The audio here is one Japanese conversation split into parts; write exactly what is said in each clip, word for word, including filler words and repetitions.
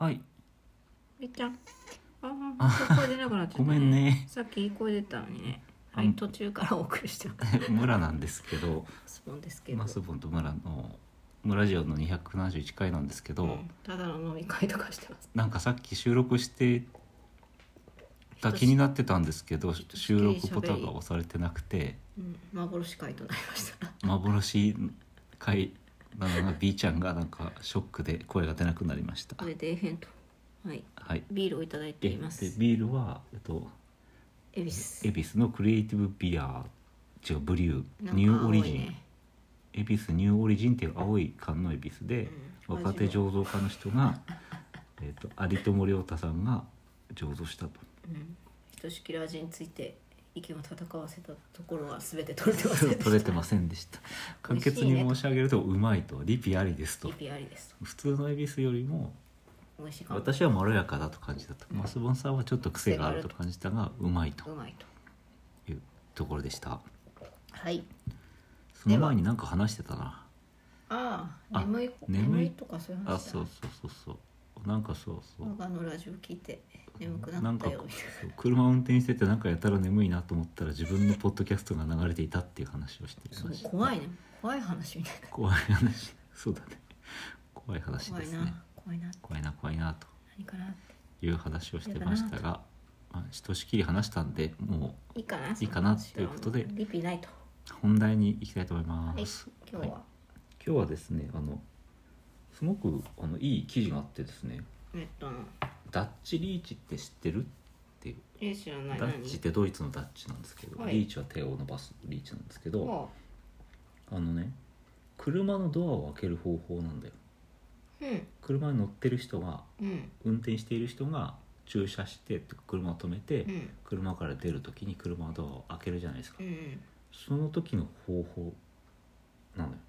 はい。 みっちゃん。ああ、声出なくなっちゃった、ね。 ごめんね。 さっきいい声出たのにね。はい、途中からお送りしてます。 村なんですけど。 スポンですけど。 マスボンと村の村ジオのにひゃくななじゅういっかいなんですけど、うん、 ただの飲み会とかしてます。 なんかさっき収録してた気になってたんですけど、収録ボタンが押されてなくて、 うん、幻会となりました。 幻会なのが B ちゃんがなんかショックで声が出なくなりました。 これで変と。はい。 はい。 ビールをいただいています。 でビールはえっと恵比寿。 恵比寿のクリエイティブビア違うブリュー、ニューオリジン。恵比寿ニューオリジンっていう青い缶の恵比寿で、うん、若手醸造家の人がえと有友亮太さんが醸造したと、 うん、ひとしきり味について意見を戦わせたところは全て取れてませんでした取れてませんでした簡潔に申し上げるとうまいと、リピありですと、 リピありですと、 普通の恵比寿よりも美味しいかも。 私はまろやかだと感じたと、うん、マスボンさんはちょっと癖があると感じたがうまいとうまいというところでした。 はい。 その前に何か話してたな。 ああ、眠い眠いとかそういう話だ。 あ、そうそうそうそうなんかそうそう他のラジオ聞いて眠くなったよみたいな。 車運転しててなんかやたら眠いなと思ったら自分のポッドキャストが流れていたっていう話をしてました。怖いね、怖い話みたいな。 怖い話、そうだね、怖い話ですね。 怖いな怖いな怖いなと何かなっていう話をしてましたが、まあ、ひとしきり話したんでもういいかな、 いいかなということでリピないと本題に行きたいと思います。 はい、今日は、 はい、今日はですね、あのすごくあのいい記事があってですね、 えっとダッチリーチって知ってるっていう。 え知らない。 ダッチってドイツのダッチなんですけど、はい、リーチは手を伸ばすリーチなんですけど、はあ、あのね車のドアを開ける方法なんだよ。うん、車に乗ってる人が、うん、運転している人が駐車して車を止めて、うん、車から出るときに車のドアを開けるじゃないですか、うん、その時の方法なんだよ、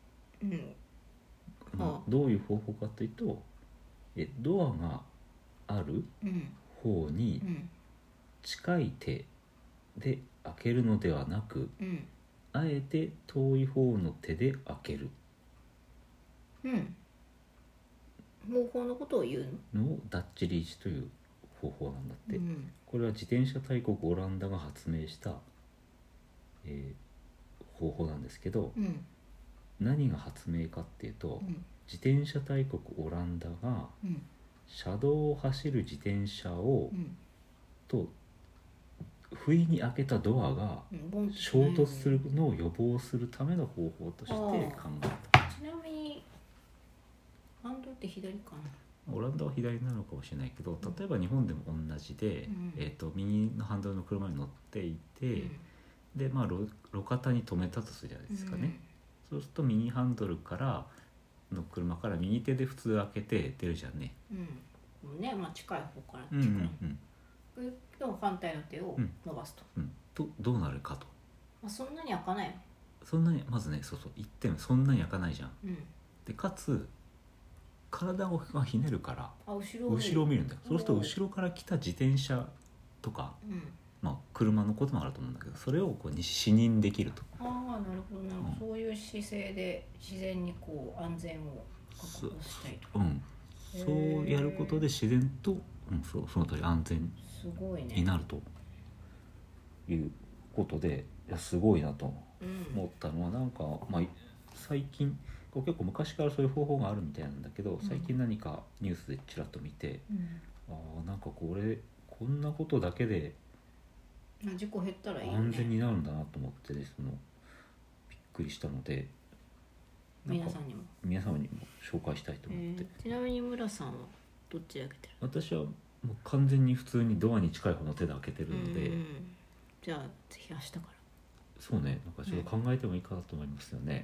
うんまあ、どういう方法かというとえドアがある方に近い手で開けるのではなく、うん、あえて遠い方の手で開ける、 うん方法のことを言うのをダッチリーチという方法なんだって、うん、これは自転車大国オランダが発明した、えー、方法なんですけど、うん、何が発明かっていうと、うん、自転車大国オランダが、うん、車道を走る自転車を、うん、と不意に開けたドアが衝突するのを予防するための方法として考えた。 ちなみにハンドルって左かな。 オランダは左なのかもしれないけど、例えば日本でも同じで、うん、えーと、右のハンドルの車に乗っていて、うん、でまあ 路, 路肩に止めたとするじゃないですかね、うん、そうすると右ハンドルからの車から右手で普通開けて出るじゃんね。 うんね、まあ近い方から近い、うんうんうん、でも反対の手を伸ばすと、 うんうん、とどうなるかと、 まあ、そんなに開かないよね。 そんなにまずね、そうそういってもそんなに開かないじゃん、うん、でかつ体がひねるからあ後ろを見る、 後ろを見るんだよ。そうすると後ろから来た自転車とか、うんまあ、車のこともあると思うんだけど、それをこう視認できると。 ああなるほどなるほど、うん、そういう姿勢で自然にこう安全を確保したいと。 うん、そうやることで自然と、うん、そうその通り安全になるということで、いやすごいなと思ったのは、うん、なんか、まあ、最近結構昔からそういう方法があるみたいなんだけど、最近何かニュースでちらっと見て、うん、あなんかこれこんなことだけで事故減ったらいいよね、 安全になるんだなと思って、ね、そのびっくりしたので、 皆さんにも皆様にも紹介したいと思って、 えー、ちなみに村さんはどっちで開けてる？ 私はもう完全に普通にドアに近い方の手で開けてるので、 じゃあぜひ明日から。 そうね、なんかちょっと考えてもいいかなと思いますよね、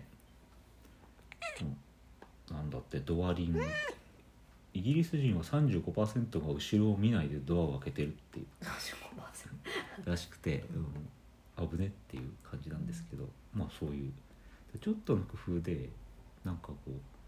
うん、なんだってドアリング、イギリス人は さんじゅうごパーセント が後ろを見ないでドアを開けてるっていうさんじゅうごパーセント らしくて、うん、危ねっていう感じなんですけど、まあそういうちょっとの工夫でなんかこ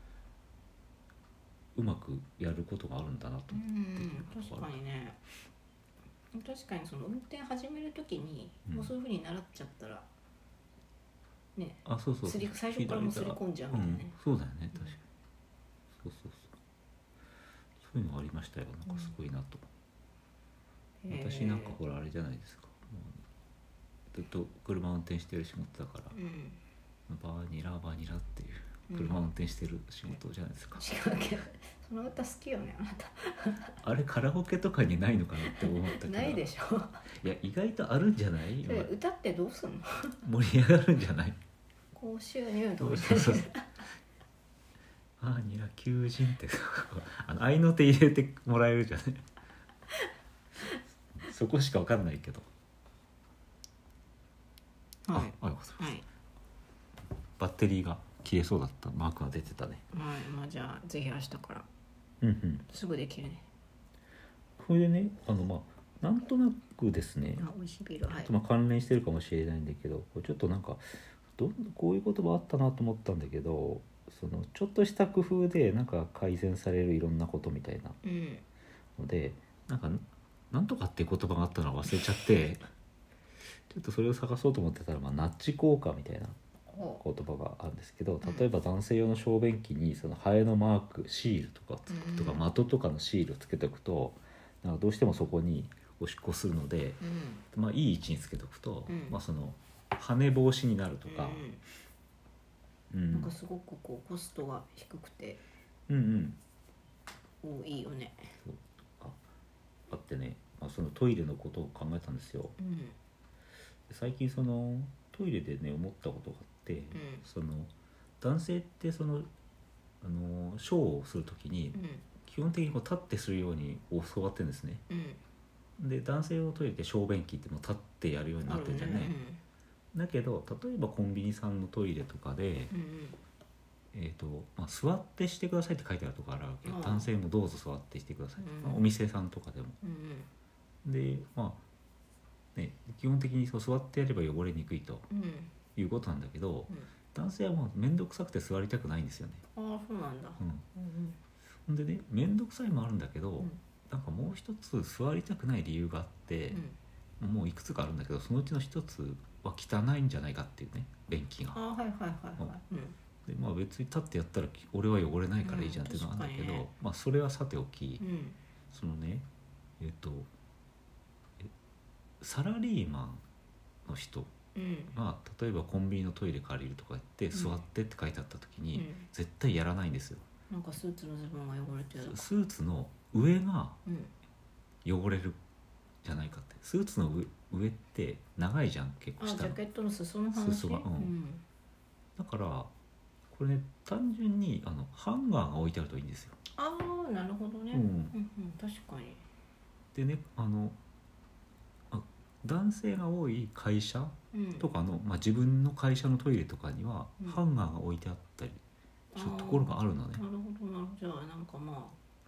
ううまくやることがあるんだなと思って、 うん確かにね、確かにその運転始めるときに、うん、もうそういう風に習っちゃったらね、 あそうそう最初からもうすり込んじゃうみたいなね、 うん、そうだよね確かに、そうそうそうそういうそういうのありましたよ。なんかすごいなと、うん、私なんかほらあれじゃないですか、もうずっと車運転してる仕事だから、うん、バーニラバーニラっていう車運転してる仕事じゃないですか、 うん、違うけどその歌好きよねあなたあれカラオケとかにないのかなって思ったけどないでしょいや意外とあるんじゃない？ 歌ってどうすんの盛り上がるんじゃない？ 高収入度みたいなそうそうそうバーニラ求人ってあの合いの手入れてもらえるじゃないそこしか分かんないけど、 はい、 あ、あ、はい、バッテリーが切れそうだったマークが出てたね。 はい、まあじゃあぜひ明日からうんうんすぐできるね。 これでね、あのまあなんとなくですね、 あ、美味しいビール、はい、 まあ関連してるかもしれないんだけど、ちょっとなんかどこういう言葉あったなと思ったんだけど、そのちょっとした工夫でなんか改善されるいろんなことみたいなので、うん、なんかなんとかっていう言葉があったのを忘れちゃってちょっとそれを探そうと思ってたら、まあ、ナッジ効果みたいな言葉があるんですけど、例えば男性用の小便器にそのハエのマークシールとかとか的とかのシールをつけておくと、なんかどうしてもそこにおしっこするので、うん、まあ、いい位置につけておくと、うん、まあ、その跳ね防止になるとか、 うんうん、なんかすごくこうコストが低くて、 うんうん、おいいよね。 そうああってね、まあ、そのトイレのことを考えたんですよ、うん、最近そのトイレでね思ったことがあって、うん、その男性ってそのあのショーをするときに、うん、基本的にこう立ってするように教わってるんですね、うん、で男性用トイレって小便器ってもう立ってやるようになってるじゃない、うんうん、だけど例えばコンビニさんのトイレとかで、うんうん、えーとまあ、座ってしてくださいって書いてあるところあるわけ、うん、男性もどうぞ座ってしてください、うん、まあ、お店さんとかでも、うんうん、でまあね、基本的にそう座ってやれば汚れにくいということなんだけど、うん、男性はもう面倒くさくて座りたくないんですよね。 ああ、そうなんだ、 うん、でね、面倒くさいもあるんだけど、うん、なんかもう一つ座りたくない理由があって、うん、もういくつかあるんだけど、そのうちの一つは汚いんじゃないかっていうね、便器が。 あ、はいはいはいはい、うん、 でまあ、別に立ってやったら俺は汚れないからいいじゃんっていうのがあるんだけど、うん、まあ、それはさておき、うん、そのねえっとサラリーマンの人が例えばコンビニのトイレ借りるとか言って座ってって書いてあった時に、うん、絶対やらないんですよ。 なんかスーツのズボンが汚れてる。 スーツの上が汚れるじゃないかって。スーツの 上, 上って長いじゃん結構下の。 あ、ジャケットの裾の話。 裾が、うんうん、だからこれね、単純にあのハンガーが置いてあるといいんですよ。 ああ、なるほどね、うんうんうん、確かに。 でね、あの男性が多い会社とかの、うん、まあ、自分の会社のトイレとかには、うん、ハンガーが置いてあったりするところがあるのね。 なるほどな。じゃあなんかまあ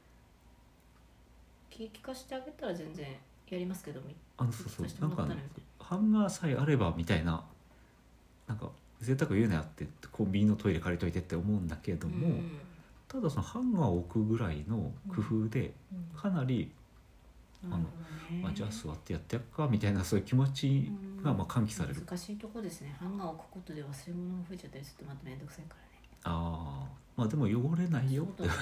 気利かしてあげたら全然やりますけど、 あのそうそう、なんか、ね、ハンガーさえあればみたいな、なんか贅沢言うなよってコンビニのトイレ借りといてって思うんだけども、うん、ただそのハンガーを置くぐらいの工夫でかなり、うん、あのまあ、じゃあ座ってやってやっかみたいなそういう気持ちがまあ喚起される。 難しいとこですね。ハンガーを置くことで忘れ物が増えちゃったりするとまためんどくさいからね。 ああ、まあでも汚れないよって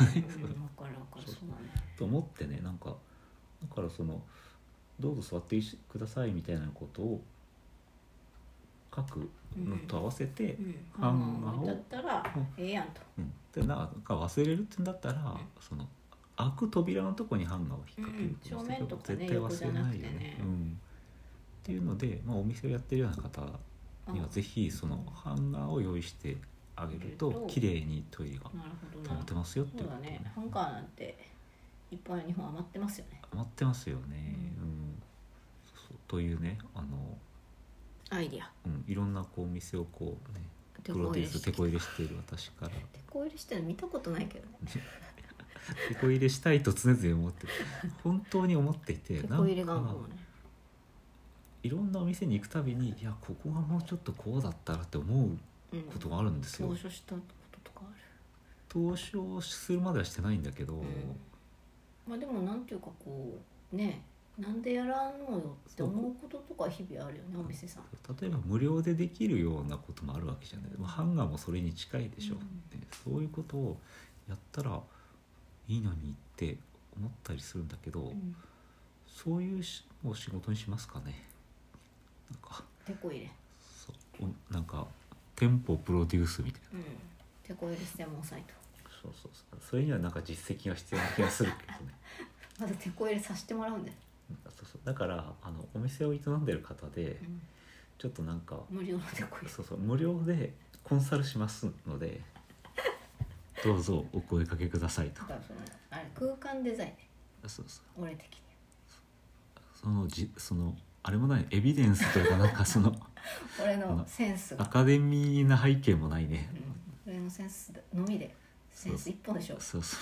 と思ってね、なんかだからそのどうぞ座ってくださいみたいなことを書くのと合わせて、うんうん、ハンガーをだったらええやんと、 うん、でなんか忘れるってんだったら、うん、その開く扉のとこにハンガーを引っ掛ける、 うん、正面とかね、 絶対忘れないよね、ね、うん、っていうので、まあ、お店をやってるような方にはぜひそのハンガーを用意してあげると綺麗にトイレが保てますよっていうこと、 ね、ハンガーなんていっぱい日本余ってますよね。 余ってますよね、うんうん、そうそうというね、あのアイディア、 うん、いろんなこうお店をこうねプロデュース、手こ入れしている私から手こ入れしてるの見たことないけどね手こ入れしたいと常々思って本当に思っていて、 手こ入れ願望ね、 いろんなお店に行くたびに、いやここがもうちょっとこうだったらって思うことがあるんですよ、 うん、投書したこととかある。 投書するまではしてないんだけど、うん、 まあでもなんていうかこうね、なんでやらんのよって思うこととか日々あるよね、お店さん。 例えば無料でできるようなこともあるわけじゃない、うん、ハンガーもそれに近いでしょ、うん、そういうことをやったらいいのにって思ったりするんだけど、 うん、 そういうのを仕事にしますかね。なんかテコ入れ、 そうなんか店舗プロデュースみたいな、 うん、テコ入れ専門サイト。 そうそうそう、それにはなんか実績が必要な気がするけどねまだテコ入れさせてもらうんだよ。 そうそう、だからあのお店を営んでる方で、うん、ちょっとなんか無料のテコ入れ、 そうそう、無料でコンサルしますのでどうぞお声かけくださいと。 だからそのあれ空間デザインね。 そうそう、 俺的にそのじそのあれもないエビデンスというかなんかその俺のセンスがアカデミーな背景もないね、 うん、俺のセンスのみでセンス一本でしょ。 そうそう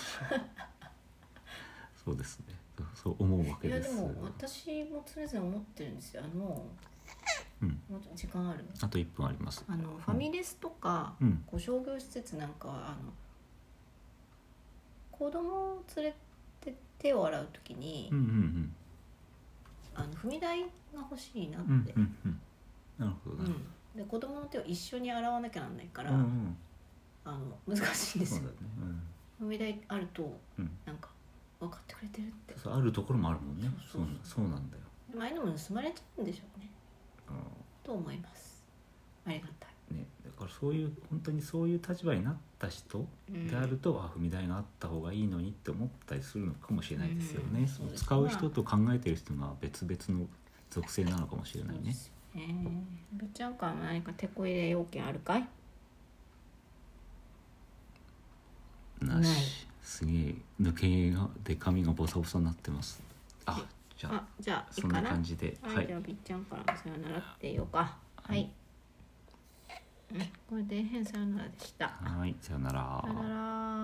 そうですね、そう思うわけです。 いやでも私も常々思ってるんですよ。あの、うん、もう時間ある？ あといっぷんあります。 あのファミレスとか、うん、こう商業施設なんかはあの子供を連れて手を洗うときに、うんうんうん、あの踏み台が欲しいなって、うんうんうん、 なるほど、ね、 うん、で子供の手を一緒に洗わなきゃなんないから、うんうん、あの難しいんですよ、ね、うん、踏み台あると、うん、なんか分かってくれてるって。 そうあるところもあるもんね。そうそうそう、そうなんだよ。 でもああいうのも盗まれちゃうんでしょうね、うん、と思います。ありがたい、 ね、だからそういう本当にそういう立場になった人であると、うん、あ踏み台があった方がいいのにって思ったりするのかもしれないですよね、うん、その使う人と考えてる人が別々の属性なのかもしれないね。 えー、ぶっちゃんから何かテコ入れ要件あるかい？ なし。すげえ抜け毛がで髪がボサボサになってます。あ、じゃあ、あじゃあそんな感じで、 はい、はい、じゃあびっちゃんからさよならって言おうか。はい、はい、うん、これで変さよならでした。 はい、さよなら。 さよなら。